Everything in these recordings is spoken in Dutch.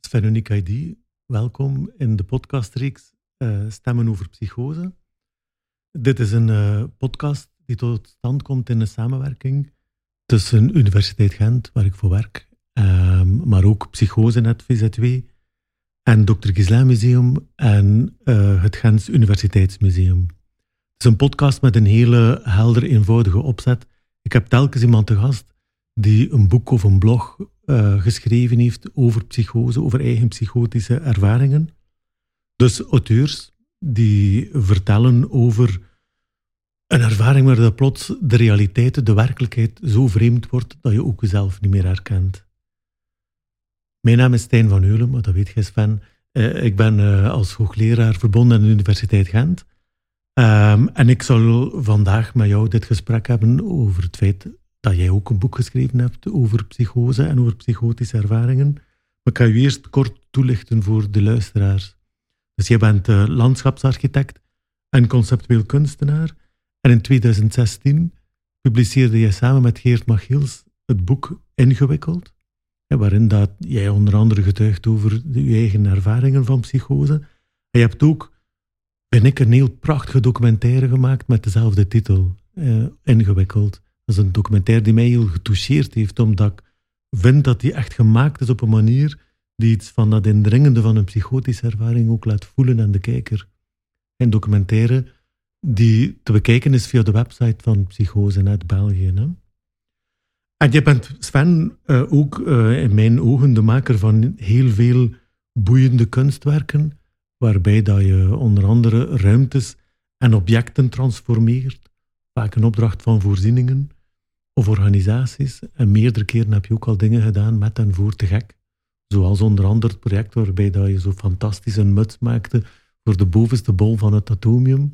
Sven Kaidi, welkom in de podcastreeks Stemmen over Psychose. Dit is een podcast die tot stand komt in een samenwerking tussen Universiteit Gent, waar ik voor werk, maar ook Psychosenet VZW en Dr. Ghislain Museum en het Gents Universiteitsmuseum. Het is een podcast met een hele helder, eenvoudige opzet. Ik heb telkens iemand te gast die een boek of een blog geschreven heeft over psychose, over eigen psychotische ervaringen. Dus auteurs die vertellen over een ervaring waar dat plots de realiteit, de werkelijkheid zo vreemd wordt dat je ook jezelf niet meer herkent. Mijn naam is Stijn van Heulen, maar dat weet jij, Sven. Ik ben als hoogleraar verbonden aan de Universiteit Gent. En ik zal vandaag met jou dit gesprek hebben over het feit dat jij ook een boek geschreven hebt over psychose en over psychotische ervaringen. Maar ik ga je eerst kort toelichten voor de luisteraars. Dus jij bent landschapsarchitect en conceptueel kunstenaar. En in 2016 publiceerde jij samen met Geert Machiels het boek Ingewikkeld, waarin dat jij onder andere getuigt over je eigen ervaringen van psychose. En je hebt ook, vind ik, een heel prachtige documentaire gemaakt met dezelfde titel, Ingewikkeld. Dat is een documentaire die mij heel getoucheerd heeft, omdat ik vind dat die echt gemaakt is op een manier die iets van dat indringende van een psychotische ervaring ook laat voelen aan de kijker. Een documentaire die te bekijken is via de website van Psychosenet België. Hè? En je bent, Sven, ook in mijn ogen de maker van heel veel boeiende kunstwerken, waarbij dat je onder andere ruimtes en objecten transformeert, vaak een opdracht van voorzieningen of organisaties. En meerdere keren heb je ook al dingen gedaan met en voor Te Gek. Zoals onder andere het project waarbij dat je zo fantastisch een muts maakte voor de bovenste bol van het atomium.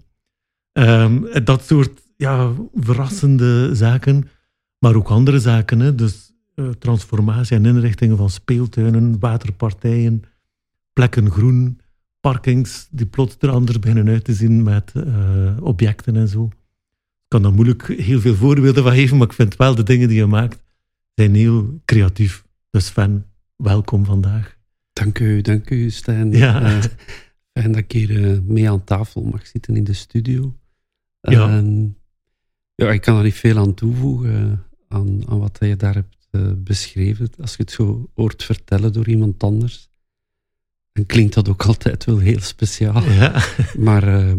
Dat soort verrassende zaken, maar ook andere zaken. Hè? Dus transformatie en inrichtingen van speeltuinen, waterpartijen, plekken groen, parkings die plots er anders beginnen uit te zien met objecten en zo. Ik kan daar moeilijk heel veel voorbeelden van geven, maar ik vind wel de dingen die je maakt zijn heel creatief. Dus Sven, welkom vandaag. Dank u Stijn. Ja. Fijn dat ik hier mee aan tafel mag zitten in de studio. Ja. Ik kan er niet veel aan toevoegen aan wat je daar hebt beschreven. Als je het zo hoort vertellen door iemand anders, dan klinkt dat ook altijd wel heel speciaal. Ja. Maar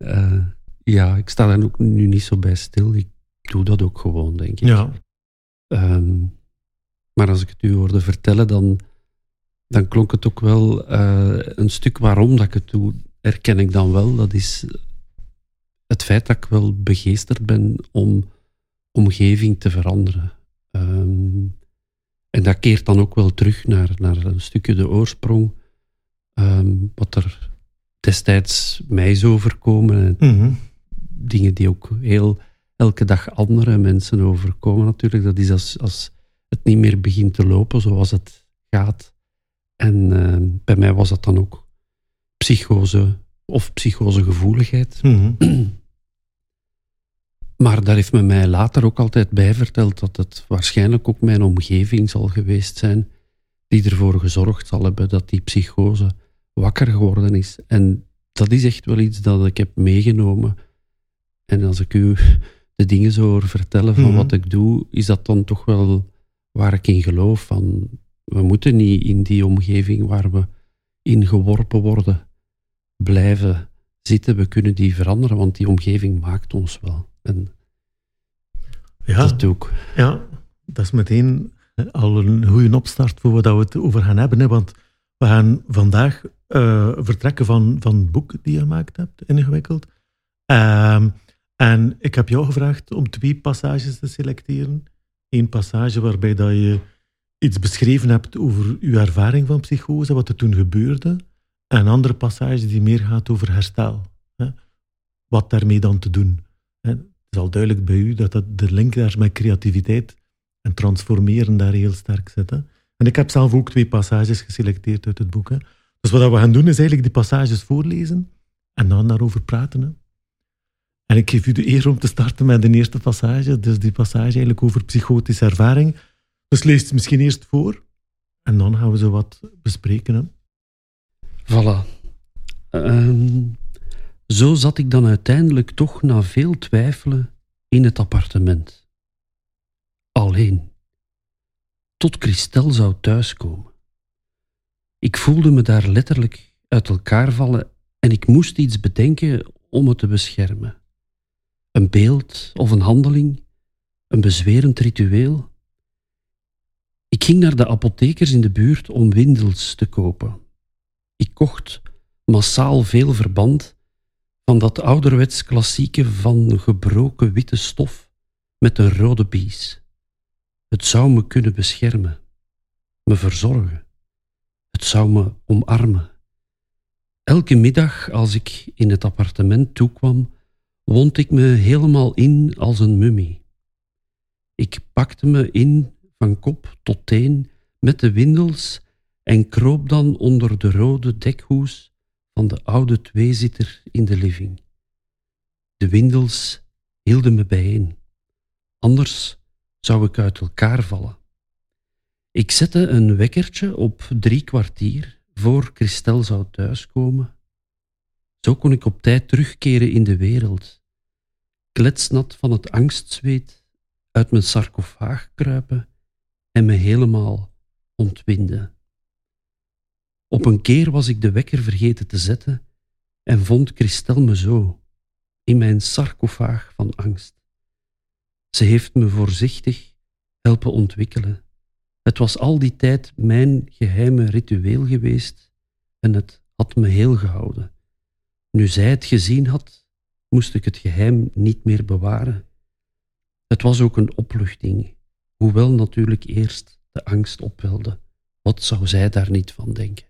ik sta daar ook nu niet zo bij stil. Ik doe dat ook gewoon, denk ik. Ja. Maar als ik het u hoorde vertellen, dan klonk het ook wel een stuk waarom dat ik het doe, herken ik dan wel. Dat is het feit dat ik wel begeesterd ben om omgeving te veranderen. En dat keert dan ook wel terug naar een stukje de oorsprong. Wat er destijds mij is overkomen. Mm-hmm. Dingen die ook elke dag andere mensen overkomen natuurlijk. Dat is als het niet meer begint te lopen zoals het gaat. En bij mij was dat dan ook psychose of psychosegevoeligheid. Mm-hmm. Maar daar heeft men mij later ook altijd bij verteld dat het waarschijnlijk ook mijn omgeving zal geweest zijn die ervoor gezorgd zal hebben dat die psychose wakker geworden is. En dat is echt wel iets dat ik heb meegenomen. En als ik u de dingen zo hoor vertellen van wat ik doe, is dat dan toch wel waar ik in geloof. Van, we moeten niet in die omgeving waar we in geworpen worden blijven zitten. We kunnen die veranderen, want die omgeving maakt ons wel. En dat ook. Ja, dat is meteen al een goede opstart voor wat we het over gaan hebben. Hè? Want we gaan vandaag vertrekken van het boek die je gemaakt hebt, Ingewikkeld. En ik heb jou gevraagd om 2 passages te selecteren. 1 passage waarbij dat je iets beschreven hebt over je ervaring van psychose, wat er toen gebeurde. En een andere passage die meer gaat over herstel. Hè? Wat daarmee dan te doen. Hè? Het is al duidelijk bij u dat de link daar met creativiteit en transformeren daar heel sterk zit. Hè? En ik heb zelf ook 2 passages geselecteerd uit het boek. Hè? Dus wat we gaan doen is eigenlijk die passages voorlezen en dan daarover praten. Hè? En ik geef u de eer om te starten met de eerste passage. Dus die passage eigenlijk over psychotische ervaring. Dus lees het misschien eerst voor En dan gaan we zo wat bespreken. Hè. Voilà. Zo zat ik dan uiteindelijk toch na veel twijfelen in het appartement. Alleen. Tot Christel zou thuiskomen. Ik voelde me daar letterlijk uit elkaar vallen en ik moest iets bedenken om het te beschermen. Een beeld of een handeling, een bezwerend ritueel. Ik ging naar de apothekers in de buurt om windels te kopen. Ik kocht massaal veel verband van dat ouderwets klassieke van gebroken witte stof met een rode bies. Het zou me kunnen beschermen, me verzorgen. Het zou me omarmen. Elke middag als ik in het appartement toekwam, wond ik me helemaal in als een mummie. Ik pakte me in van kop tot teen met de windels en kroop dan onder de rode dekhoes van de oude tweezitter in de living. De windels hielden me bijeen. Anders zou ik uit elkaar vallen. Ik zette een wekkertje op 3 kwartier voor Christel zou thuiskomen. Zo kon ik op tijd terugkeren in de wereld, kletsnat van het angstzweet uit mijn sarcofaag kruipen en me helemaal ontwinden. Op een keer was ik de wekker vergeten te zetten en vond Christel me zo, in mijn sarcofaag van angst. Ze heeft me voorzichtig helpen ontwikkelen. Het was al die tijd mijn geheime ritueel geweest en het had me heel gehouden. Nu zij het gezien had, moest ik het geheim niet meer bewaren. Het was ook een opluchting, hoewel natuurlijk eerst de angst opwelde. Wat zou zij daar niet van denken?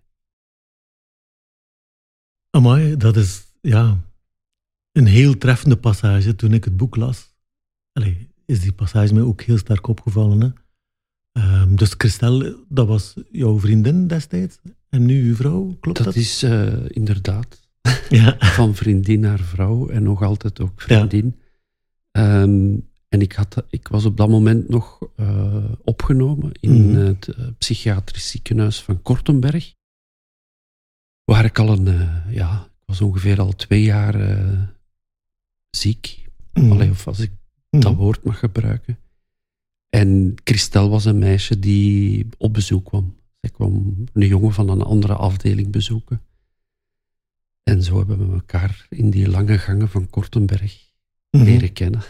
Amai, dat is een heel treffende passage. Toen ik het boek las, is die passage mij ook heel sterk opgevallen. Hè? Dus Christel, dat was jouw vriendin destijds en nu uw vrouw, klopt dat? Dat is inderdaad van vriendin naar vrouw en nog altijd ook vriendin. Ja. En ik was op dat moment nog opgenomen in het psychiatrisch ziekenhuis van Kortenberg, waar ik al ik was ongeveer al 2 jaar ziek, of als ik dat woord mag gebruiken. En Christel was een meisje die op bezoek kwam. Zij kwam een jongen van een andere afdeling bezoeken. En zo hebben we elkaar in die lange gangen van Kortenberg leren kennen.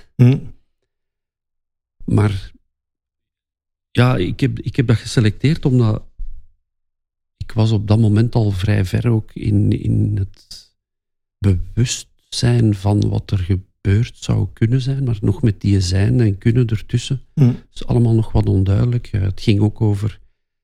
Maar ja, ik heb dat geselecteerd omdat ik was op dat moment al vrij ver ook in het bewustzijn van wat er gebeurd zou kunnen zijn, maar nog met die zijn en kunnen ertussen. Het is allemaal nog wat onduidelijk. Het ging ook over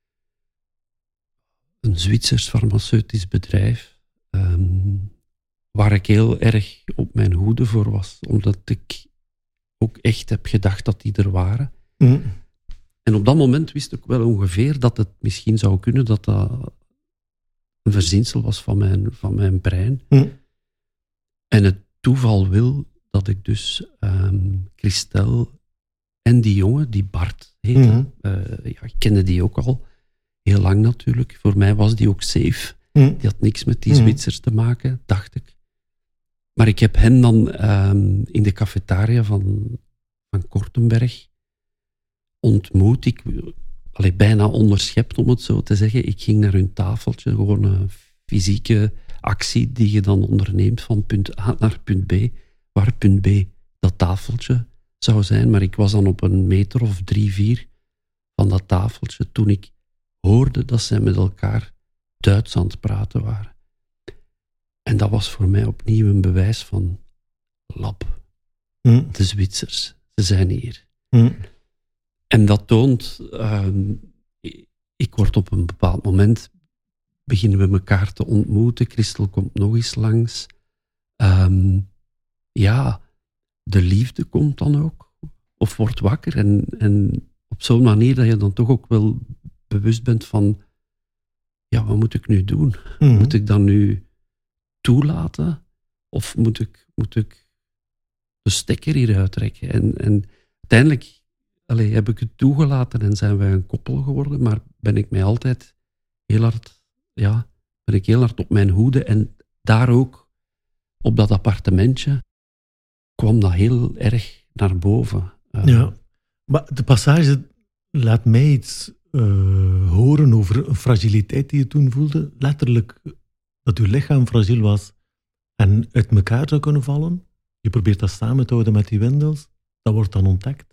een Zwitsers farmaceutisch bedrijf, waar ik heel erg op mijn hoede voor was, omdat ik ook echt heb gedacht dat die er waren. En op dat moment wist ik wel ongeveer dat het misschien zou kunnen dat dat een verzinsel was van mijn brein. En het toeval wil dat ik dus Christel en die jongen, die Bart heette, ik kende die ook al heel lang natuurlijk. Voor mij was die ook safe. Die had niks met die Zwitsers te maken, dacht ik. Maar ik heb hen dan in de cafetaria van Kortenberg ontmoet. Bijna onderschept, om het zo te zeggen. Ik ging naar hun tafeltje, gewoon een fysieke actie die je dan onderneemt van punt A naar punt B, waar punt B dat tafeltje zou zijn. Maar ik was dan op een meter of 3, 4 van dat tafeltje toen ik hoorde dat zij met elkaar Duits aan het praten waren. En dat was voor mij opnieuw een bewijs van lap. De Zwitsers, ze zijn hier. En dat toont, ik word op een bepaald moment, beginnen we elkaar te ontmoeten. Christel komt nog eens langs. De liefde komt dan ook, of wordt wakker. En op zo'n manier dat je dan toch ook wel bewust bent van, wat moet ik nu doen? Moet ik dan nu toelaten? Of moet ik de stekker hieruit trekken? En uiteindelijk heb ik het toegelaten en zijn wij een koppel geworden, maar ben ik mij altijd heel hard op mijn hoede. En daar ook, op dat appartementje, kwam dat heel erg naar boven. Ja, maar de passage laat mij iets horen over een fragiliteit die je toen voelde. Letterlijk dat je lichaam fragiel was en uit elkaar zou kunnen vallen. Je probeert dat samen te houden met die windels. Dat wordt dan ontdekt.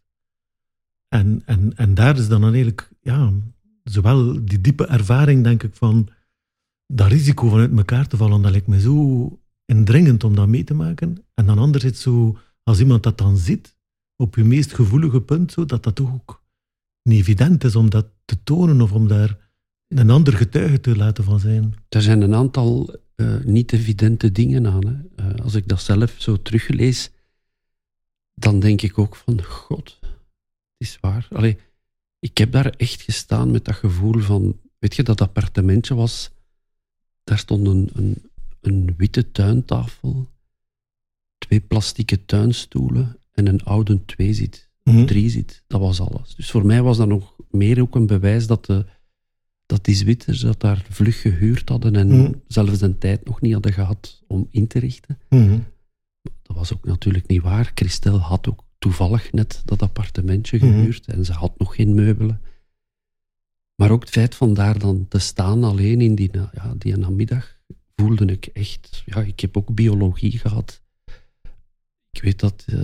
En daar is dan eigenlijk, zowel die diepe ervaring, denk ik, van dat risico van uit elkaar te vallen, dat lijkt me zo indringend om dat mee te maken. En dan anderzijds zo, als iemand dat dan ziet, op je meest gevoelige punt, zo, dat toch ook niet evident is om dat te tonen of om daar een ander getuige te laten van zijn. Er zijn een aantal niet evidente dingen aan. Hè. Als ik dat zelf zo teruglees, dan denk ik ook van, God, het is waar. Ik heb daar echt gestaan met dat gevoel van, weet je, dat appartementje was, daar stond een witte tuintafel, 2 plastieke tuinstoelen en een oude 2-zit, 3-zit. Dat was alles. Dus voor mij was dat nog meer ook een bewijs dat die Zwitsers dat daar vlug gehuurd hadden en zelfs de tijd nog niet hadden gehad om in te richten. Dat was ook natuurlijk niet waar. Christel had ook toevallig net dat appartementje gehuurd en ze had nog geen meubelen. Maar ook het feit van daar dan te staan alleen in die namiddag, voelde ik echt... Ja, ik heb ook biologie gehad. Ik weet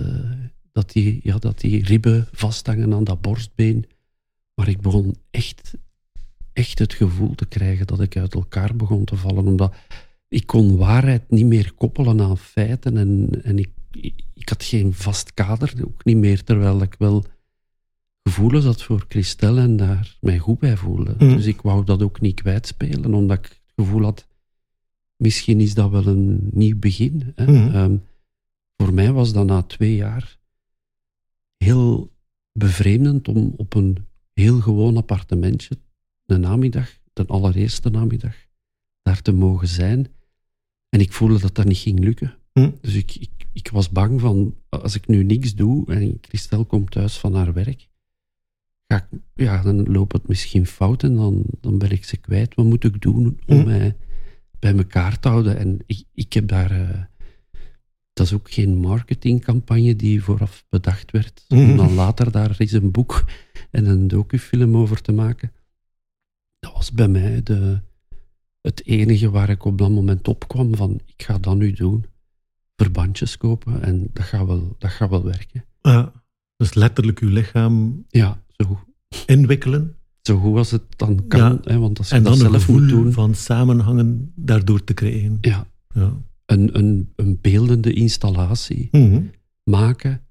dat die ribben vasthangen aan dat borstbeen. Maar ik begon echt het gevoel te krijgen dat ik uit elkaar begon te vallen. Omdat ik kon waarheid niet meer koppelen aan feiten. En ik had geen vast kader, ook niet meer. Terwijl ik wel gevoelens had voor Christel en daar mij goed bij voelde. Dus ik wou dat ook niet kwijtspelen, omdat ik het gevoel had, misschien is dat wel een nieuw begin. Hè. Voor mij was dat na 2 jaar heel bevreemdend om op een heel gewoon appartementje, de allereerste namiddag, daar te mogen zijn. En ik voelde dat dat niet ging lukken. Dus ik was bang van, als ik nu niks doe en Christel komt thuis van haar werk, dan loopt het misschien fout en dan ben ik ze kwijt. Wat moet ik doen om mij bij elkaar te houden? En ik heb daar... dat is ook geen marketingcampagne die vooraf bedacht werd. Om dan later daar eens een boek en een docufilm over te maken. Dat was bij mij het enige waar ik op dat moment op kwam van, ik ga dat nu doen. Verbandjes kopen en dat gaat wel werken. Dus letterlijk uw lichaam zo goed inwikkelen. Zo goed als het dan kan, hè, want als je en dat dan zelf een moet gevoel doen... van samenhangen daardoor te krijgen. Ja. Een beeldende installatie maken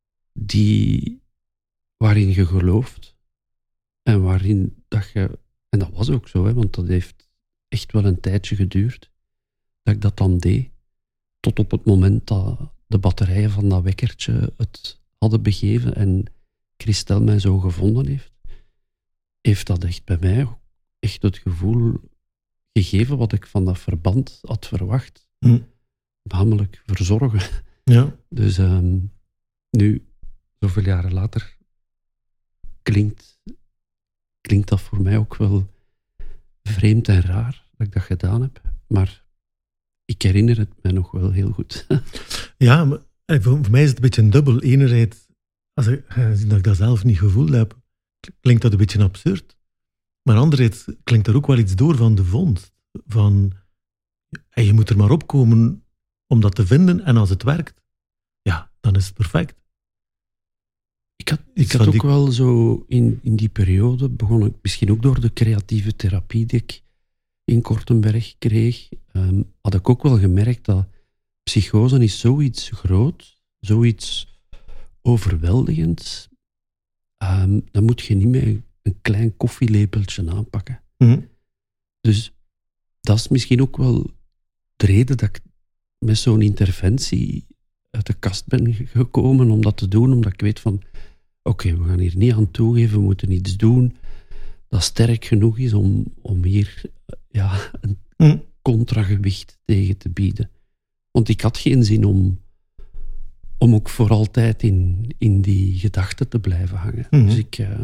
waarin je gelooft en waarin dat je... En dat was ook zo, hè, want dat heeft echt wel een tijdje geduurd dat ik dat dan deed. Tot op het moment dat de batterijen van dat wekkertje het hadden begeven en Christel mij zo gevonden heeft dat echt bij mij echt het gevoel gegeven wat ik van dat verband had verwacht. Namelijk verzorgen. Ja. Dus nu, zoveel jaren later, klinkt dat voor mij ook wel vreemd en raar dat ik dat gedaan heb. Maar ik herinner het mij nog wel heel goed. Ja, maar voor mij is het een beetje een dubbel. Enerzijds, als ik zie dat ik dat zelf niet gevoeld heb, klinkt dat een beetje absurd. Maar anderzijds klinkt er ook wel iets door van de vondst. Van, je moet er maar opkomen om dat te vinden en als het werkt, dan is het perfect. Ik had ook wel zo in die periode, begon ik misschien ook door de creatieve therapie die ik in Kortenberg kreeg, had ik ook wel gemerkt dat psychose is zoiets groot, zoiets overweldigends. Dan moet je niet meer een klein koffielepeltje aanpakken. Dus dat is misschien ook wel de reden dat ik met zo'n interventie uit de kast ben gekomen om dat te doen, omdat ik weet van, oké, we gaan hier niet aan toegeven, we moeten iets doen dat sterk genoeg is om hier een contragewicht tegen te bieden. Want ik had geen zin om ook voor altijd in die gedachten te blijven hangen. Mhm. Dus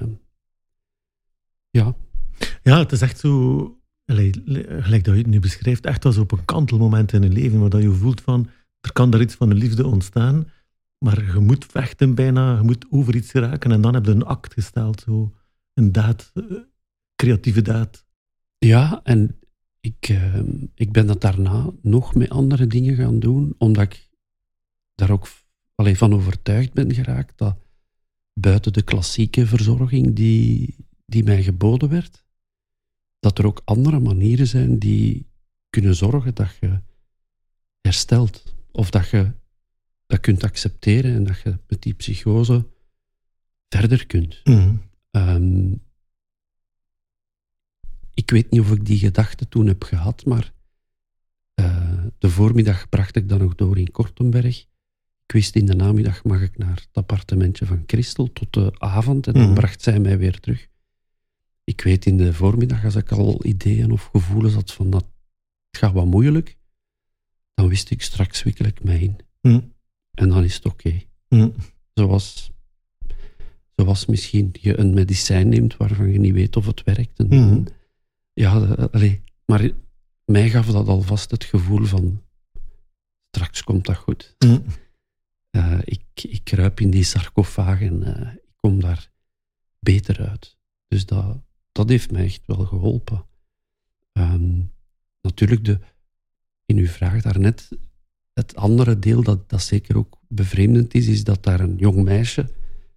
ja. Ja, het is echt zo, gelijk dat je het nu beschrijft, echt als op een kantelmoment in je leven, waar dat je voelt van, er kan daar iets van de liefde ontstaan, maar je moet vechten bijna, je moet over iets geraken en dan heb je een act gesteld, zo, een daad, creatieve daad. Ja, en ik ben dat daarna nog met andere dingen gaan doen, omdat ik daar ook van overtuigd ben geraakt dat buiten de klassieke verzorging die mij geboden werd, dat er ook andere manieren zijn die kunnen zorgen dat je herstelt. Of dat je dat kunt accepteren en dat je met die psychose verder kunt. Mhm. Ik weet niet of ik die gedachte toen heb gehad, maar de voormiddag bracht ik dan nog door in Kortenberg. Ik wist in de namiddag mag ik naar het appartementje van Christel tot de avond en dan bracht zij mij weer terug. Ik weet in de voormiddag, als ik al ideeën of gevoelens had van dat het gaat wat moeilijk, dan wist ik straks wikkel ik mij in. En dan is het oké. Zoals misschien je een medicijn neemt waarvan je niet weet of het werkt. Maar mij gaf dat alvast het gevoel van straks komt dat goed. Ik kruip in die sarcofaag en ik kom daar beter uit. Dus dat heeft mij echt wel geholpen. Natuurlijk, in uw vraag daarnet, het andere deel dat zeker ook bevreemdend is dat daar een jong meisje,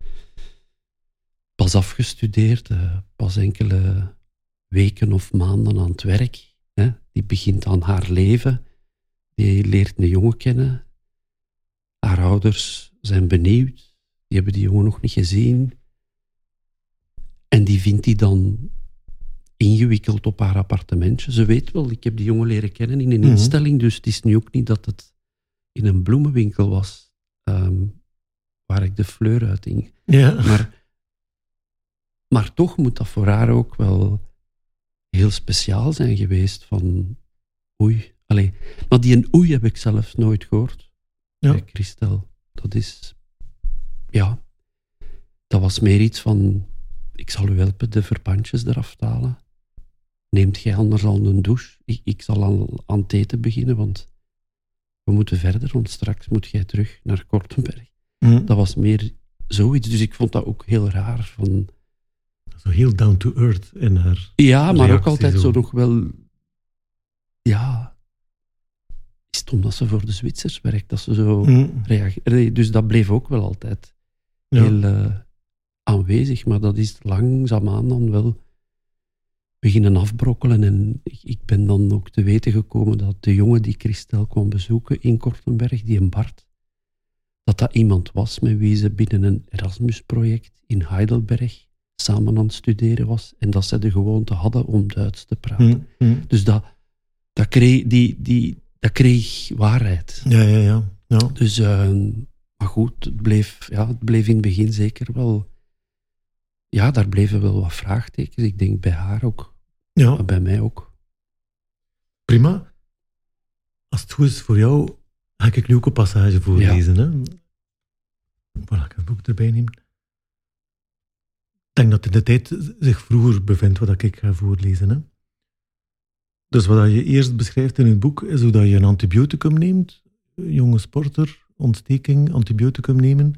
pas afgestudeerd, pas enkele weken of maanden aan het werk, die begint aan haar leven, die leert een jongen kennen, haar ouders zijn benieuwd, die hebben die jongen nog niet gezien, en die vindt die dan ingewikkeld op haar appartementje. Ze weet wel, ik heb die jongen leren kennen in een instelling, dus het is nu ook niet dat het in een bloemenwinkel was, waar ik de fleur uithing. Ja. Maar toch moet dat voor haar ook wel heel speciaal zijn geweest van oei. Maar die een oei heb ik zelfs nooit gehoord. Ja. Bij Christel. Dat is... Ja. Dat was meer iets van ik zal u helpen de verbandjes eraf te halen. Neemt jij anders al een douche? Ik zal al aan het eten beginnen, want we moeten verder, want straks moet jij terug naar Kortenberg. Dat was meer zoiets, dus ik vond dat ook heel raar. Zo heel down to earth in haar ja, maar reactie, ook altijd zo nog wel... Ja... Is het omdat ze voor de Zwitsers werkt, dat ze zo reageert. Dus dat bleef ook wel altijd heel aanwezig, maar dat is langzaamaan dan wel beginnen afbrokkelen. En ik ben dan ook te weten gekomen dat de jongen die Christel kwam bezoeken in Kortenberg, die een Bart, dat iemand was met wie ze binnen een Erasmus-project in Heidelberg samen aan het studeren was en dat ze de gewoonte hadden om Duits te praten. Dus dat kreeg waarheid. Ja. Dus, maar goed, het bleef in het begin zeker wel... Ja, daar bleven wel wat vraagtekens. Ik denk bij haar ook. Ja. Maar bij mij ook. Prima. Als het goed is voor jou, ga ik nu ook een passage voorlezen. Ja. Hè? Voilà, ik het boek erbij nemen. Ik denk dat in de tijd zich vroeger bevindt wat ik ga voorlezen. Hè? Dus wat je eerst beschrijft in het boek is hoe dat je een antibioticum neemt. Jonge sporter, ontsteking, antibioticum nemen.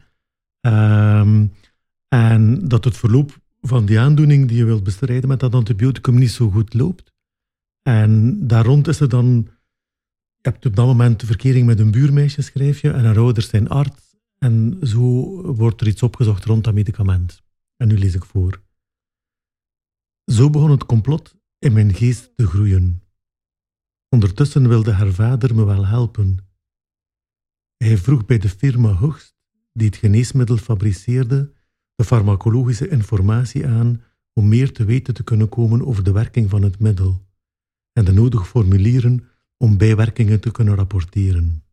En dat het verloop van die aandoening die je wilt bestrijden met dat antibioticum niet zo goed loopt. En daar rond is er dan... Je hebt op dat moment de verkering met een buurmeisje, schrijf je, en haar ouders zijn arts. En zo wordt er iets opgezocht rond dat medicament. En nu lees ik voor. Zo begon het complot in mijn geest te groeien. Ondertussen wilde haar vader me wel helpen. Hij vroeg bij de firma Hoogst, die het geneesmiddel fabriceerde, de farmacologische informatie aan om meer te weten te kunnen komen over de werking van het middel en de nodige formulieren om bijwerkingen te kunnen rapporteren.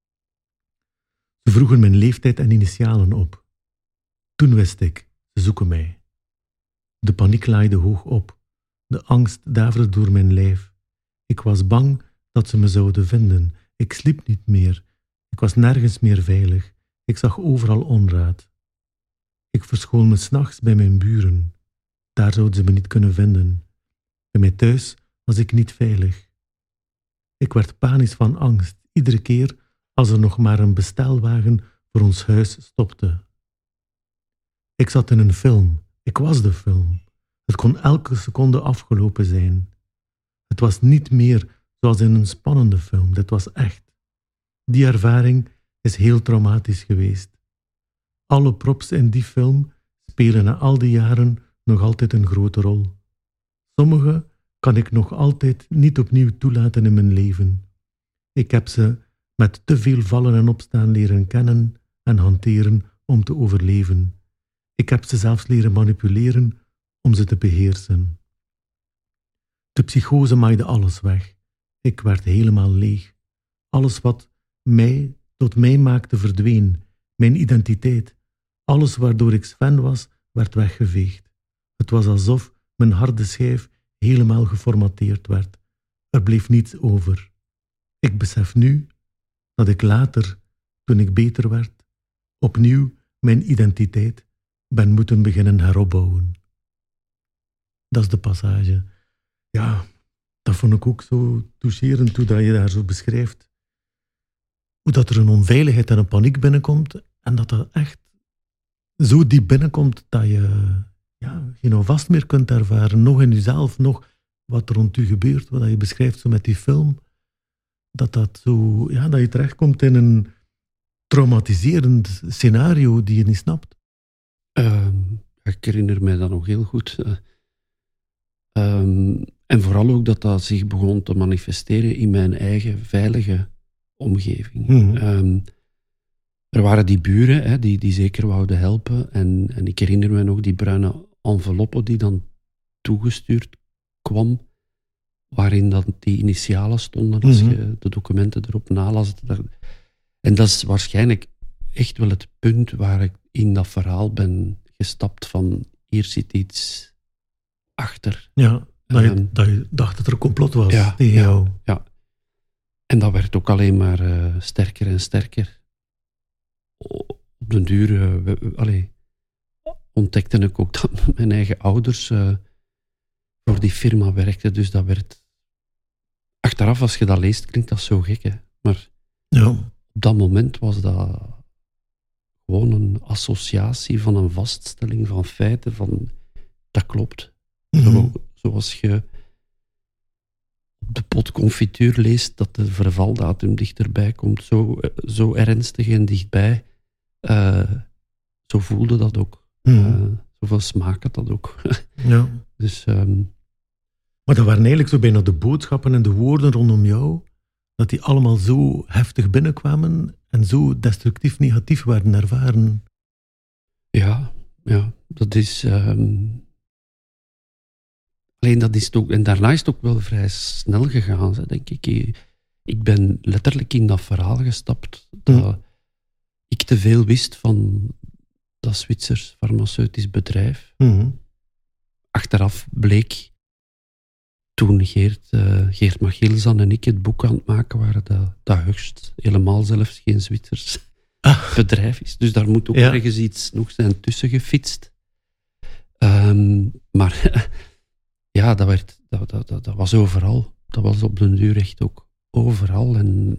Ze vroegen mijn leeftijd en initialen op. Toen wist ik, ze zoeken mij. De paniek laaide hoog op. De angst daverde door mijn lijf. Ik was bang dat ze me zouden vinden. Ik sliep niet meer. Ik was nergens meer veilig. Ik zag overal onraad. Ik verschool me 's nachts bij mijn buren. Daar zouden ze me niet kunnen vinden. Bij mij thuis was ik niet veilig. Ik werd panisch van angst, iedere keer als er nog maar een bestelwagen voor ons huis stopte. Ik zat in een film. Ik was de film. Het kon elke seconde afgelopen zijn. Het was niet meer zoals in een spannende film. Dit was echt. Die ervaring is heel traumatisch geweest. Alle props in die film spelen na al die jaren nog altijd een grote rol. Sommige kan ik nog altijd niet opnieuw toelaten in mijn leven. Ik heb ze met te veel vallen en opstaan leren kennen en hanteren om te overleven. Ik heb ze zelfs leren manipuleren om ze te beheersen. De psychose maaide alles weg. Ik werd helemaal leeg. Alles wat mij tot mij maakte verdween. Mijn identiteit. Alles waardoor ik Sven was, werd weggeveegd. Het was alsof mijn harde schijf helemaal geformateerd werd. Er bleef niets over. Ik besef nu dat ik later, toen ik beter werd, opnieuw mijn identiteit ben moeten beginnen heropbouwen. Dat is de passage. Ja, dat vond ik ook zo toucherend, hoe dat je daar zo beschrijft. Hoe dat er een onveiligheid en een paniek binnenkomt en dat dat echt zo diep binnenkomt dat je geen houvast meer kunt ervaren, nog in jezelf, nog wat er rond u gebeurt, wat je beschrijft zo met die film, dat je terechtkomt in een traumatiserend scenario die je niet snapt. Ik herinner mij dat nog heel goed. En vooral ook dat zich begon te manifesteren in mijn eigen veilige omgeving. Mm-hmm. Er waren die buren die zeker wouden helpen. En ik herinner me nog die bruine enveloppe die dan toegestuurd kwam, waarin dan die initialen stonden als je de documenten erop nalas. En dat is waarschijnlijk echt wel het punt waar ik in dat verhaal ben gestapt van hier zit iets achter. Ja, dat je dacht dat er een complot was tegen jou. Ja. En dat werd ook alleen maar sterker en sterker. Op den duur ontdekte ik ook dat mijn eigen ouders voor die firma werkten. Dus dat werd... Achteraf, als je dat leest, klinkt dat zo gek, hè. Maar op dat moment was dat gewoon een associatie van een vaststelling van feiten van... Dat klopt. Mm-hmm. Zoals je op de pot confituur leest dat de vervaldatum dichterbij komt. Zo ernstig en dichtbij. Zo voelde dat ook. Zoveel smaak had dat ook. Ja. Dus, maar dat waren eigenlijk zo bijna de boodschappen en de woorden rondom jou, dat die allemaal zo heftig binnenkwamen en zo destructief negatief werden ervaren. Ja, dat is... Alleen dat is het ook... En daarna is het ook wel vrij snel gegaan, denk ik. Ik ben letterlijk in dat verhaal gestapt dat ik te veel wist van dat Zwitsers farmaceutisch bedrijf. Mm-hmm. Achteraf bleek, toen Geert Machilzan en ik het boek aan het maken waren, dat Höchst helemaal zelfs geen Zwitsers bedrijf is. Dus daar moet ook ergens iets nog zijn tussen gefietst. Maar ja, dat was overal. Dat was op den duur echt ook overal.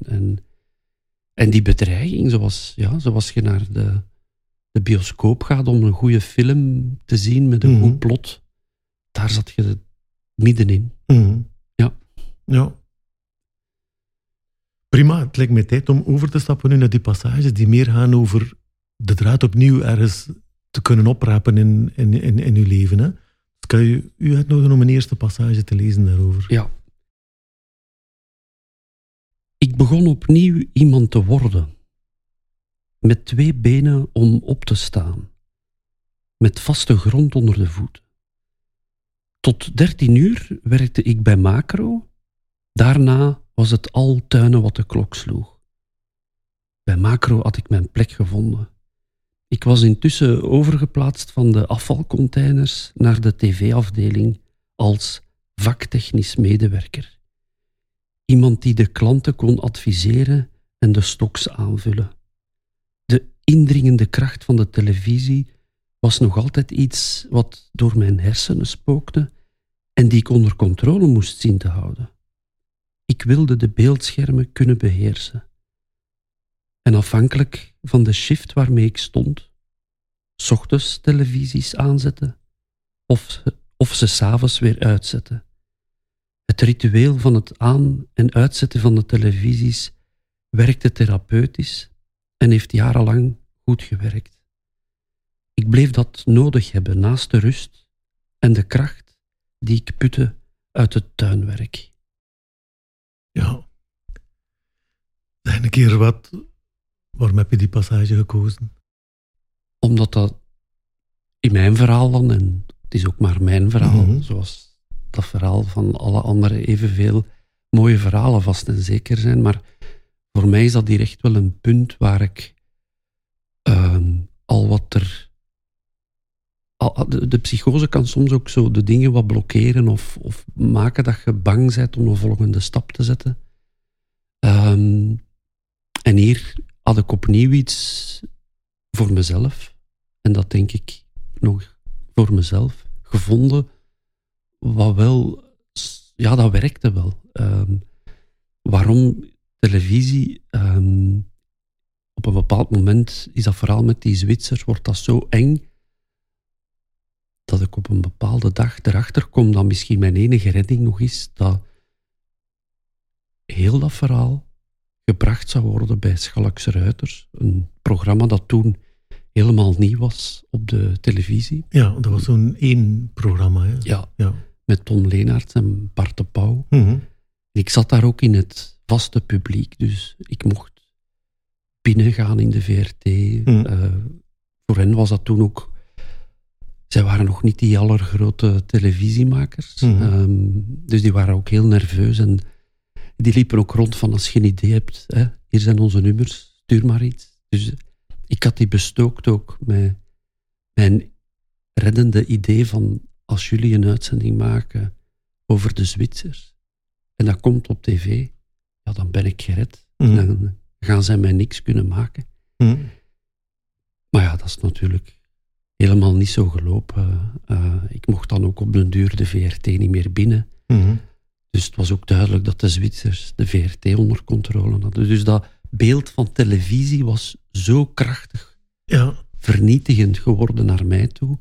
En die bedreiging, zoals je naar de bioscoop gaat om een goede film te zien met een goed plot, daar zat je middenin. Mm-hmm. Ja. Prima, het lijkt mij tijd om over te stappen nu naar die passages die meer gaan over de draad opnieuw ergens te kunnen oprapen in uw leven. Hè? Dus kan je u uitnodigen om een eerste passage te lezen daarover? Ja. Ik begon opnieuw iemand te worden. Met 2 benen om op te staan. Met vaste grond onder de voeten. Tot 13 uur werkte ik bij Macro. Daarna was het al tuinen wat de klok sloeg. Bij Macro had ik mijn plek gevonden. Ik was intussen overgeplaatst van de afvalcontainers naar de tv-afdeling als vaktechnisch medewerker. Iemand die de klanten kon adviseren en de stoks aanvullen. De indringende kracht van de televisie was nog altijd iets wat door mijn hersenen spookte en die ik onder controle moest zien te houden. Ik wilde de beeldschermen kunnen beheersen. En afhankelijk van de shift waarmee ik stond, 's ochtends televisies aanzetten of ze 's avonds weer uitzetten. Het ritueel van het aan- en uitzetten van de televisies werkte therapeutisch en heeft jarenlang goed gewerkt. Ik bleef dat nodig hebben naast de rust en de kracht die ik putte uit het tuinwerk. Ja. Zeg een keer wat. Waarom heb je die passage gekozen? Omdat dat in mijn verhaal dan, en het is ook maar mijn verhaal, zoals dat verhaal van alle anderen evenveel mooie verhalen vast en zeker zijn, maar voor mij is dat hier echt wel een punt waar ik al wat er... De psychose kan soms ook zo de dingen wat blokkeren of maken dat je bang bent om een volgende stap te zetten. En hier had ik opnieuw iets voor mezelf, en dat denk ik nog voor mezelf, gevonden, wat wel... Ja, dat werkte wel. Waarom televisie? Op een bepaald moment is dat verhaal met die Zwitsers, wordt dat zo eng, dat ik op een bepaalde dag erachter kom dat misschien mijn enige redding nog is, dat heel dat verhaal gebracht zou worden bij Schalkse Ruiters. Een programma dat toen helemaal nieuw was op de televisie. Ja, dat was zo'n 1 programma. Hè? Ja, met Tom Leenaerts en Bart de Pauw. Mm-hmm. Ik zat daar ook in het vaste publiek, dus ik mocht binnengaan in de VRT. Voor hen was dat toen ook... Zij waren nog niet die allergrote televisiemakers. Dus die waren ook heel nerveus. En die liepen ook rond van, als je een idee hebt, hè, hier zijn onze nummers, stuur maar iets. Dus ik had die bestookt ook met mijn reddende idee van, als jullie een uitzending maken over de Zwitsers, en dat komt op tv, ja, dan ben ik gered. Dan gaan zij mij niks kunnen maken. Maar ja, dat is natuurlijk helemaal niet zo gelopen. Ik mocht dan ook op den duur de VRT niet meer binnen. Dus het was ook duidelijk dat de Zwitsers de VRT onder controle hadden. Dus dat beeld van televisie was zo krachtig, vernietigend geworden naar mij toe,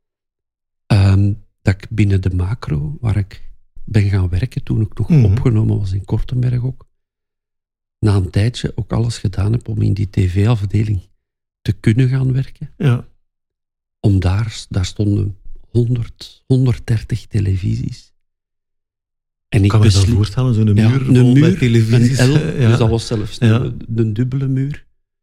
dat ik binnen de macro, waar ik ben gaan werken toen ik nog opgenomen was in Kortenberg ook, na een tijdje ook alles gedaan heb om in die tv-afdeling te kunnen gaan werken. Ja. Daar stonden 130 televisies. En ik kan me dat voorstellen, zo'n muur vol met televisies. Een L, dus dat was zelfs een dubbele muur.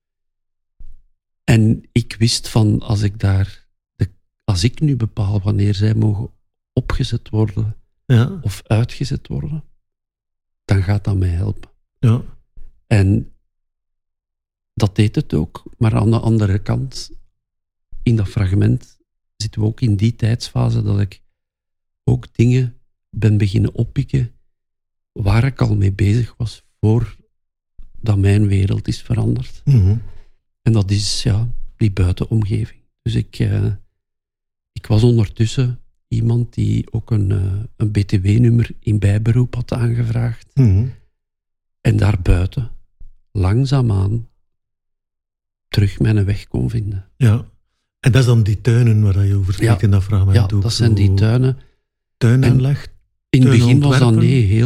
En ik wist van, als ik nu bepaal wanneer zij mogen opgezet worden of uitgezet worden, dan gaat dat mij helpen. Ja. En dat deed het ook, maar aan de andere kant, in dat fragment zitten we ook in die tijdsfase dat ik ook dingen ben beginnen oppikken waar ik al mee bezig was voordat mijn wereld is veranderd. En dat is die buitenomgeving. Dus ik was ondertussen iemand die ook een BTW-nummer in bijberoep had aangevraagd. En daarbuiten langzaamaan terug mijn weg kon vinden. Ja. En dat is dan die tuinen waar je over spreekt in dat fragment ook. Ja, dat zijn die tuinen. Tuinaanleg. In het begin was dat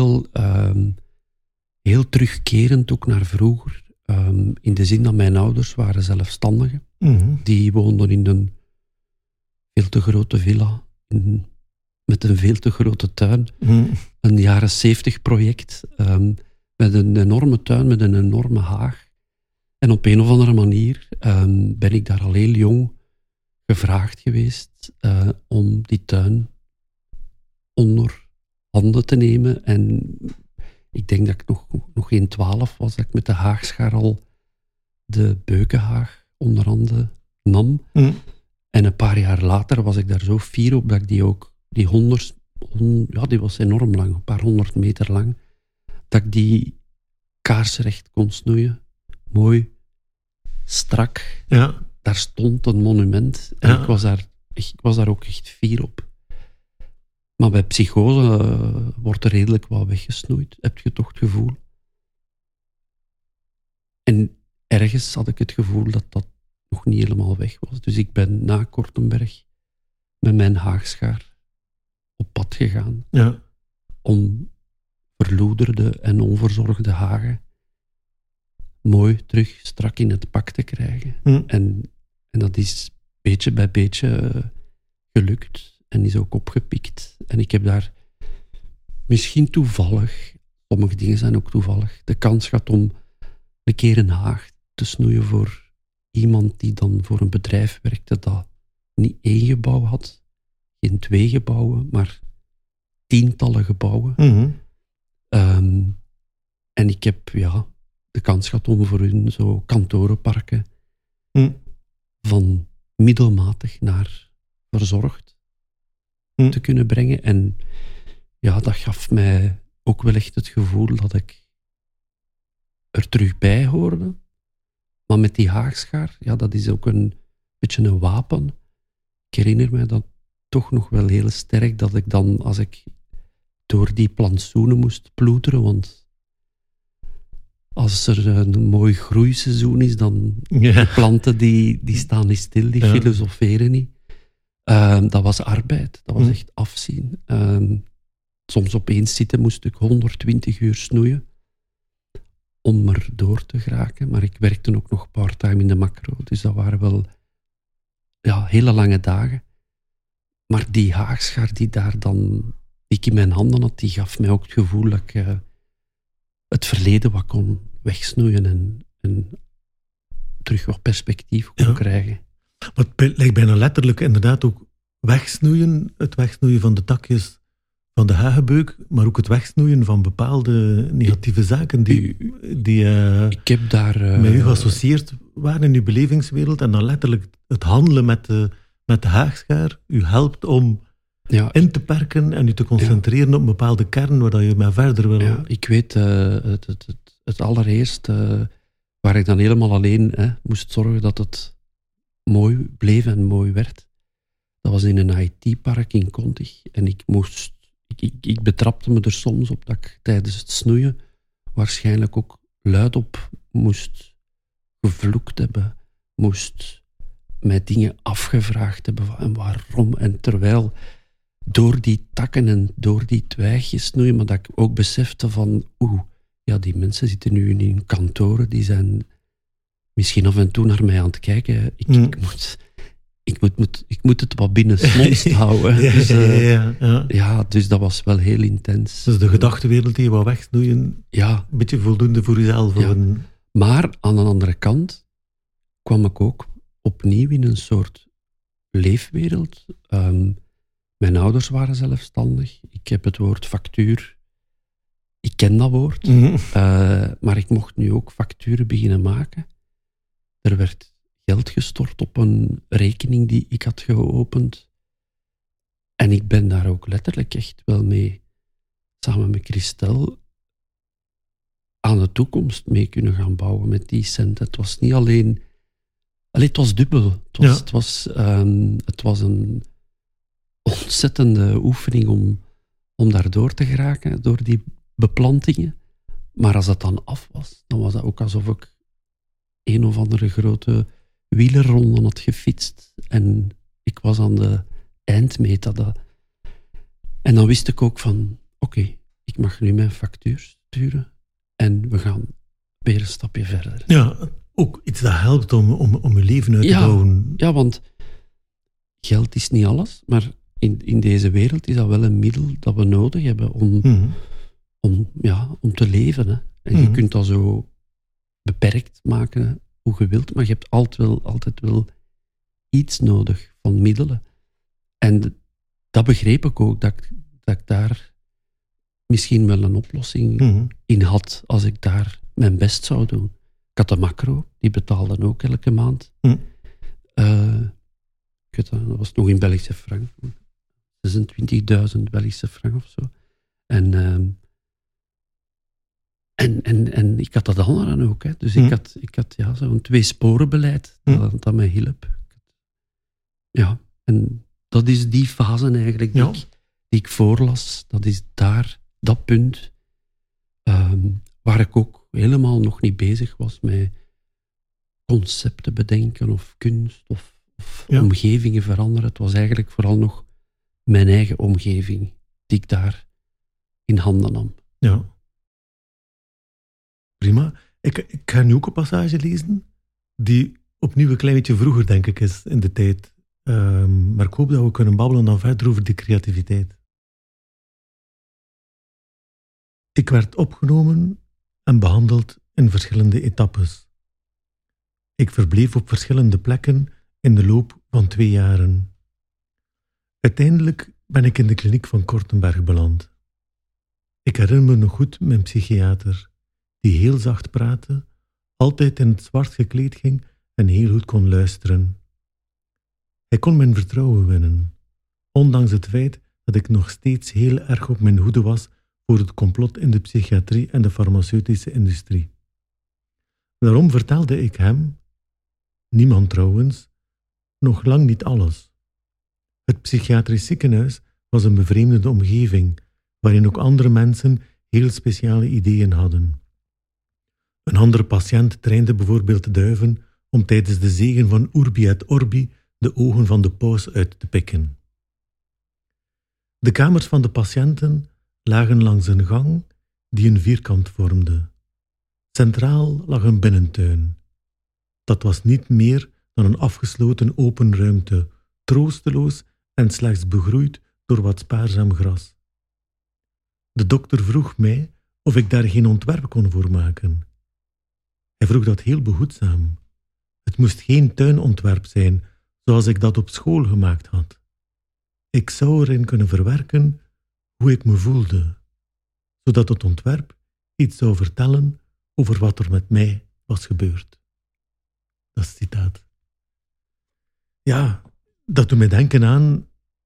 heel terugkerend ook naar vroeger. In de zin dat mijn ouders waren zelfstandigen. Die woonden in een veel te grote villa met een veel te grote tuin. Een jaren 70 project met een enorme tuin, met een enorme haag. En op een of andere manier ben ik daar al heel jong gevraagd geweest om die tuin onder handen te nemen. En ik denk dat ik nog geen 12 was, dat ik met de haagschaar al de Beukenhaag onder handen nam. En een paar jaar later was ik daar zo fier op dat ik die was enorm lang, een paar 100 meter lang, dat ik die kaarsrecht kon snoeien. Mooi, strak. Ja. Daar stond een monument. En Ja. ik was daar ook echt fier op. Maar bij psychose wordt er redelijk wat weggesnoeid. Heb je toch het gevoel? En ergens had ik het gevoel dat dat nog niet helemaal weg was. Dus ik ben na Kortenberg met mijn haagschaar op pad gegaan. Ja. Om verloederde en onverzorgde hagen mooi terug strak in het pak te krijgen. En dat is beetje bij beetje gelukt en is ook opgepikt. En ik heb daar misschien toevallig, sommige dingen zijn ook toevallig, de kans gehad om een keer een haag te snoeien voor iemand die dan voor een bedrijf werkte dat niet 1 gebouw had, geen 2 gebouwen, maar tientallen gebouwen. En ik heb de kans gehad om voor hun zo kantorenparken van middelmatig naar verzorgd te kunnen brengen. En ja, dat gaf mij ook wel echt het gevoel dat ik er terug bij hoorde. Maar met die haagschaar, ja, dat is ook een beetje een wapen. Ik herinner me dat toch nog wel heel sterk, dat ik dan, als ik door die plantsoenen moest ploeteren, want als er een mooi groeiseizoen is, dan de planten die staan niet stil, die filosoferen niet. Dat was arbeid, dat was echt afzien. Soms opeens zitten moest ik 120 uur snoeien om er door te geraken, maar ik werkte ook nog part-time in de macro, dus dat waren wel hele lange dagen. Maar die haagschaar die ik in mijn handen had, die gaf mij ook het gevoel dat ik het verleden wat kon wegsnoeien en terug wat perspectief kon krijgen. Maar het lijkt bijna letterlijk inderdaad ook wegsnoeien, het wegsnoeien van de takjes van de hagebeuk, maar ook het wegsnoeien van bepaalde negatieve zaken die ik heb daar, met u geassocieerd waren in uw belevingswereld, en dan letterlijk het handelen met de haagschaar u helpt om in te perken en u te concentreren op een bepaalde kern waar je mee verder wil. Ja, ik weet, het allereerst waar ik dan helemaal alleen moest zorgen dat het mooi bleef en mooi werd, dat was in een IT-park in Contig. En ik betrapte me er soms op dat ik tijdens het snoeien waarschijnlijk ook luidop moest gevloekt hebben, moest mij dingen afgevraagd hebben en waarom. En terwijl door die takken en door die twijgjes snoeien, maar dat ik ook besefte van die mensen zitten nu in hun kantoren, die zijn misschien af en toe naar mij aan het kijken. Ik moet het wat binnensmonds houden. Dus dat was wel heel intens. Dus de gedachtenwereld die je wou wegsnoeien, een beetje voldoende voor jezelf. Maar aan de andere kant kwam ik ook opnieuw in een soort leefwereld. Mijn ouders waren zelfstandig. Ik heb het woord factuur. Ik ken dat woord. Maar ik mocht nu ook facturen beginnen maken. Er werd geld gestort op een rekening die ik had geopend. En ik ben daar ook letterlijk echt wel mee, samen met Christel, aan de toekomst mee kunnen gaan bouwen met die cent. Het was niet alleen... het was dubbel. Het was een ontzettende oefening om daar door te geraken, door die beplantingen. Maar als dat dan af was, dan was dat ook alsof ik een of andere grote wielerronde had gefietst. En ik was aan de eindmeet. En dan wist ik ook van, oké, ik mag nu mijn factuur sturen en we gaan weer een stapje verder. Ja, ook iets dat helpt om je leven uit te bouwen. Ja, want geld is niet alles, maar in deze wereld is dat wel een middel dat we nodig hebben om te leven. Hè. En je kunt dat zo beperkt maken hoe je wilt, maar je hebt altijd wel iets nodig van middelen. En dat begreep ik ook, dat ik daar misschien wel een oplossing in had, als ik daar mijn best zou doen. Ik had de macro, die betaalde ook elke maand. Dat was nog in Belgische frank. 26.000 Belgische frank of zo. En ik had dat andere ook. Hè. Dus ik had zo'n 2-sporenbeleid dat mij hielp. Ja, en dat is die fase eigenlijk die ik voorlas. Dat is daar, dat punt, waar ik ook helemaal nog niet bezig was met concepten bedenken of kunst of omgevingen veranderen. Het was eigenlijk vooral nog mijn eigen omgeving die ik daar in handen nam. Ja. Prima. Ik ga nu ook een passage lezen die opnieuw een klein beetje vroeger, denk ik, is in de tijd. Maar ik hoop dat we kunnen babbelen dan verder over die creativiteit. Ik werd opgenomen en behandeld in verschillende etappes. Ik verbleef op verschillende plekken in de loop van 2 jaren. Uiteindelijk ben ik in de kliniek van Kortenberg beland. Ik herinner me nog goed mijn psychiater, die heel zacht praatte, altijd in het zwart gekleed ging en heel goed kon luisteren. Hij kon mijn vertrouwen winnen, ondanks het feit dat ik nog steeds heel erg op mijn hoede was voor het complot in de psychiatrie en de farmaceutische industrie. Daarom vertelde ik hem, niemand trouwens, nog lang niet alles. Het psychiatrisch ziekenhuis was een bevreemdende omgeving, waarin ook andere mensen heel speciale ideeën hadden. Een andere patiënt trainde bijvoorbeeld de duiven om tijdens de zegen van Urbi et Orbi de ogen van de paus uit te pikken. De kamers van de patiënten lagen langs een gang die een vierkant vormde. Centraal lag een binnentuin. Dat was niet meer dan een afgesloten open ruimte, troosteloos en slechts begroeid door wat spaarzaam gras. De dokter vroeg mij of ik daar geen ontwerp kon voor maken. Hij vroeg dat heel behoedzaam. Het moest geen tuinontwerp zijn, zoals ik dat op school gemaakt had. Ik zou erin kunnen verwerken hoe ik me voelde, zodat het ontwerp iets zou vertellen over wat er met mij was gebeurd. Dat is het citaat. Ja, dat doet mij denken aan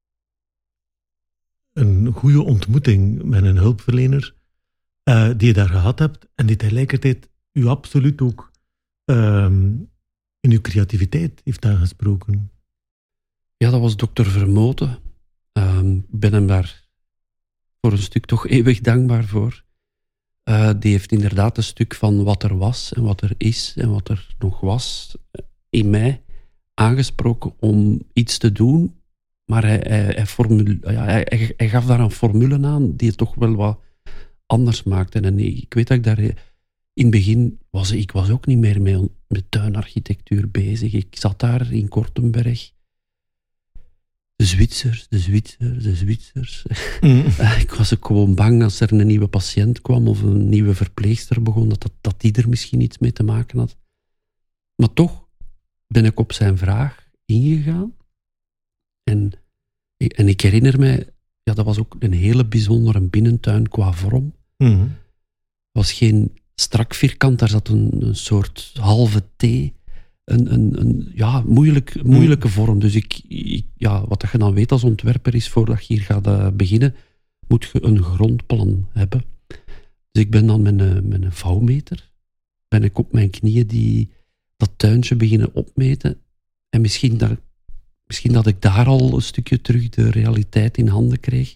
een goede ontmoeting met een hulpverlener die je daar gehad hebt en die tegelijkertijd u absoluut ook in uw creativiteit heeft aangesproken. Ja, dat was dokter Vermoten. Ik ben hem daar voor een stuk toch eeuwig dankbaar voor. Die heeft inderdaad een stuk van wat er was en wat er is en wat er nog was in mij aangesproken om iets te doen. Maar hij gaf daar een formule aan die het toch wel wat anders maakte. En ik weet dat ik daar in het begin ik was ook niet meer met tuinarchitectuur bezig. Ik zat daar in Kortenberg. De Zwitsers. Ik was ook gewoon bang als er een nieuwe patiënt kwam of een nieuwe verpleegster begon, dat die er misschien iets mee te maken had. Maar toch ben ik op zijn vraag ingegaan. En ik herinner mij, ja, dat was ook een hele bijzondere binnentuin qua vorm. Het was geen strak vierkant, daar zat een soort halve T. Een moeilijke vorm. Dus wat je dan weet als ontwerper is, voordat je hier gaat beginnen, moet je een grondplan hebben. Dus ik ben dan met een vouwmeter, ben ik op mijn knieën dat tuintje beginnen opmeten. En misschien dat ik daar al een stukje terug de realiteit in handen kreeg.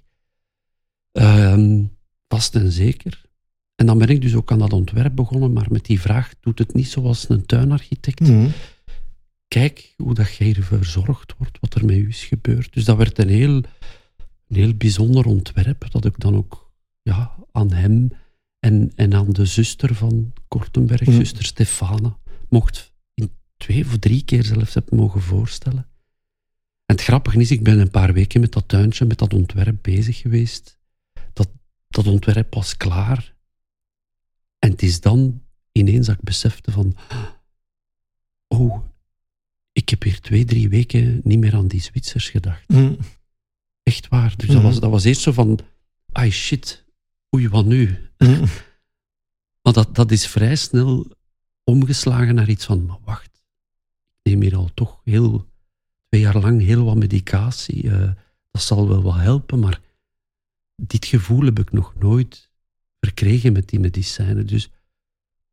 Vast en zeker. En dan ben ik dus ook aan dat ontwerp begonnen, maar met die vraag, doet het niet zoals een tuinarchitect? Kijk hoe dat jij hier verzorgd wordt, wat er met u is gebeurd. Dus dat werd een heel bijzonder ontwerp, dat ik dan ook aan hem en aan de zuster van Kortenberg, zuster Stefana, mocht 2 of 3 keer zelfs heb mogen voorstellen. En het grappige is, ik ben een paar weken met dat tuintje, met dat ontwerp bezig geweest. Dat ontwerp was klaar. En het is dan ineens dat ik besefte van... Oh, ik heb hier 2-3 weken niet meer aan die Zwitsers gedacht. Echt waar. Dus dat was eerst zo van... Ai shit, oei, wat nu? Maar dat is vrij snel omgeslagen naar iets van... Maar wacht, ik neem hier al toch 2 jaar lang heel wat medicatie. Dat zal wel wat helpen, maar... Dit gevoel heb ik nog nooit verkregen met die medicijnen. Dus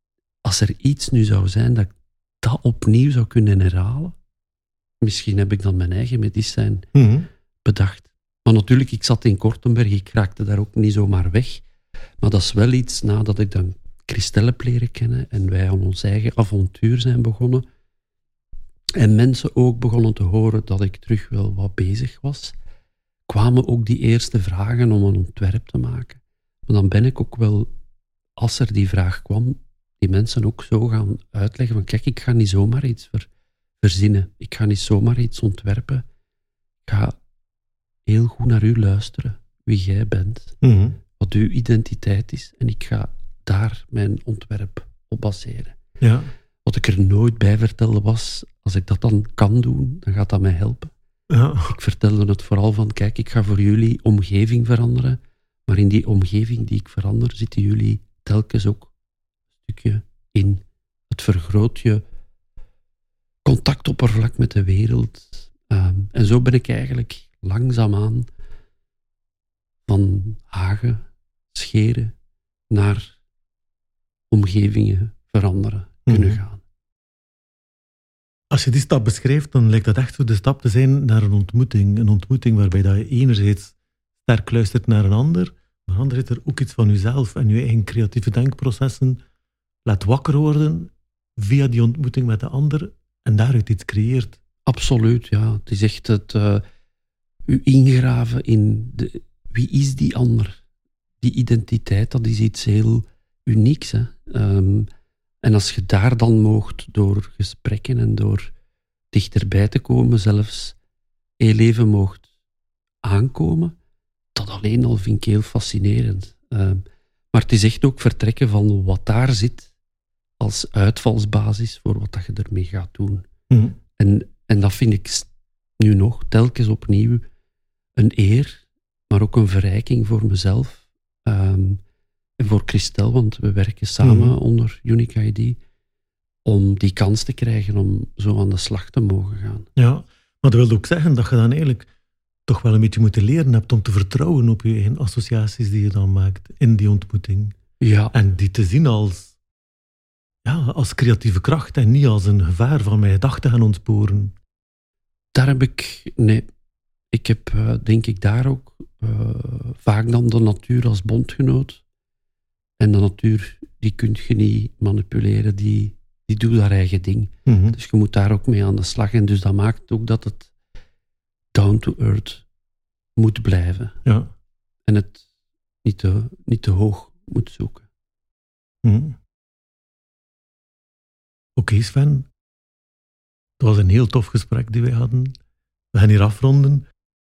als er iets nu zou zijn dat ik dat opnieuw zou kunnen herhalen, misschien heb ik dan mijn eigen medicijn bedacht. Maar natuurlijk, ik zat in Kortenberg, ik raakte daar ook niet zomaar weg. Maar dat is wel iets nadat ik dan Christelle heb leren kennen en wij aan ons eigen avontuur zijn begonnen. En mensen ook begonnen te horen dat ik terug wel wat bezig was. Kwamen ook die eerste vragen om een ontwerp te maken. Maar dan ben ik ook wel, als er die vraag kwam, die mensen ook zo gaan uitleggen van kijk, ik ga niet zomaar iets verzinnen. Ik ga niet zomaar iets ontwerpen. Ik ga heel goed naar u luisteren, wie jij bent, wat uw identiteit is. En ik ga daar mijn ontwerp op baseren. Ja. Wat ik er nooit bij vertelde was, als ik dat dan kan doen, dan gaat dat mij helpen. Ja. Ik vertelde het vooral van, kijk, ik ga voor jullie omgeving veranderen, maar in die omgeving die ik verander, zitten jullie telkens ook een stukje in. Het vergroot je contactoppervlak met de wereld. En zo ben ik eigenlijk langzaamaan van Hagen, Scheren, naar omgevingen veranderen kunnen gaan. Als je die stap beschrijft, dan lijkt dat echt zo de stap te zijn naar een ontmoeting. Een ontmoeting waarbij dat je enerzijds sterk luistert naar een ander, maar anderzijds er ook iets van jezelf en je eigen creatieve denkprocessen laat wakker worden via die ontmoeting met de ander en daaruit iets creëert. Absoluut, ja. Het is echt het u ingraven in wie is die ander? Die identiteit, dat is iets heel unieks. Hè? En als je daar dan moogt door gesprekken en door dichterbij te komen, zelfs heel leven moogt aankomen, dat alleen al vind ik heel fascinerend. Maar het is echt ook vertrekken van wat daar zit als uitvalsbasis voor wat dat je ermee gaat doen. En dat vind ik nu nog telkens opnieuw een eer, maar ook een verrijking voor mezelf. En voor Christelle, want we werken samen onder Unique ID, om die kans te krijgen om zo aan de slag te mogen gaan. Ja, maar dat wil ook zeggen dat je dan eigenlijk toch wel een beetje moeten leren hebt om te vertrouwen op je eigen associaties die je dan maakt in die ontmoeting. Ja. En die te zien als creatieve kracht en niet als een gevaar van mijn gedachten gaan ontsporen. Daar heb ik... Nee. Ik heb, denk ik, daar ook vaak dan de natuur als bondgenoot. En de natuur, die kun je niet manipuleren, die doet haar eigen ding. Dus je moet daar ook mee aan de slag. En dus dat maakt ook dat het down to earth moet blijven. Ja. En het niet te hoog moet zoeken. Oké, Sven. Het was een heel tof gesprek die wij hadden. We gaan hier afronden.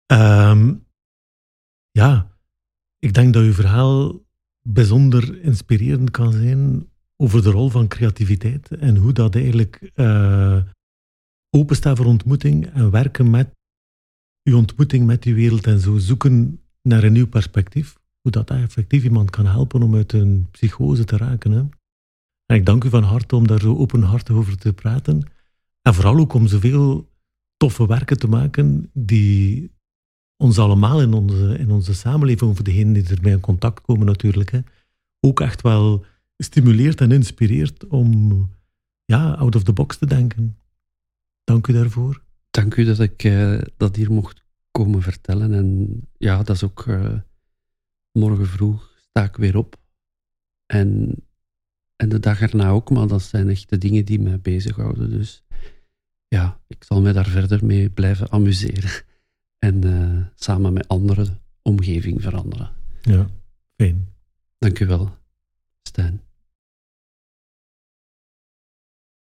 Ik denk dat uw verhaal bijzonder inspirerend kan zijn over de rol van creativiteit en hoe dat eigenlijk openstaat voor ontmoeting en werken met uw ontmoeting met die wereld en zo zoeken naar een nieuw perspectief. Hoe dat effectief iemand kan helpen om uit een psychose te raken. Hè? En ik dank u van harte om daar zo openhartig over te praten. En vooral ook om zoveel toffe werken te maken die ons allemaal in onze samenleving, voor degenen die ermee in contact komen natuurlijk, hè, ook echt wel stimuleert en inspireert om out of the box te denken. Dank u daarvoor. Dank u dat ik dat hier mocht komen vertellen. En ja, dat is ook morgen vroeg sta ik weer op. En de dag erna ook, maar dat zijn echt de dingen die mij bezighouden. Dus ja, ik zal mij daar verder mee blijven amuseren. En samen met anderen de omgeving veranderen. Ja, fijn. Dank u wel, Stijn.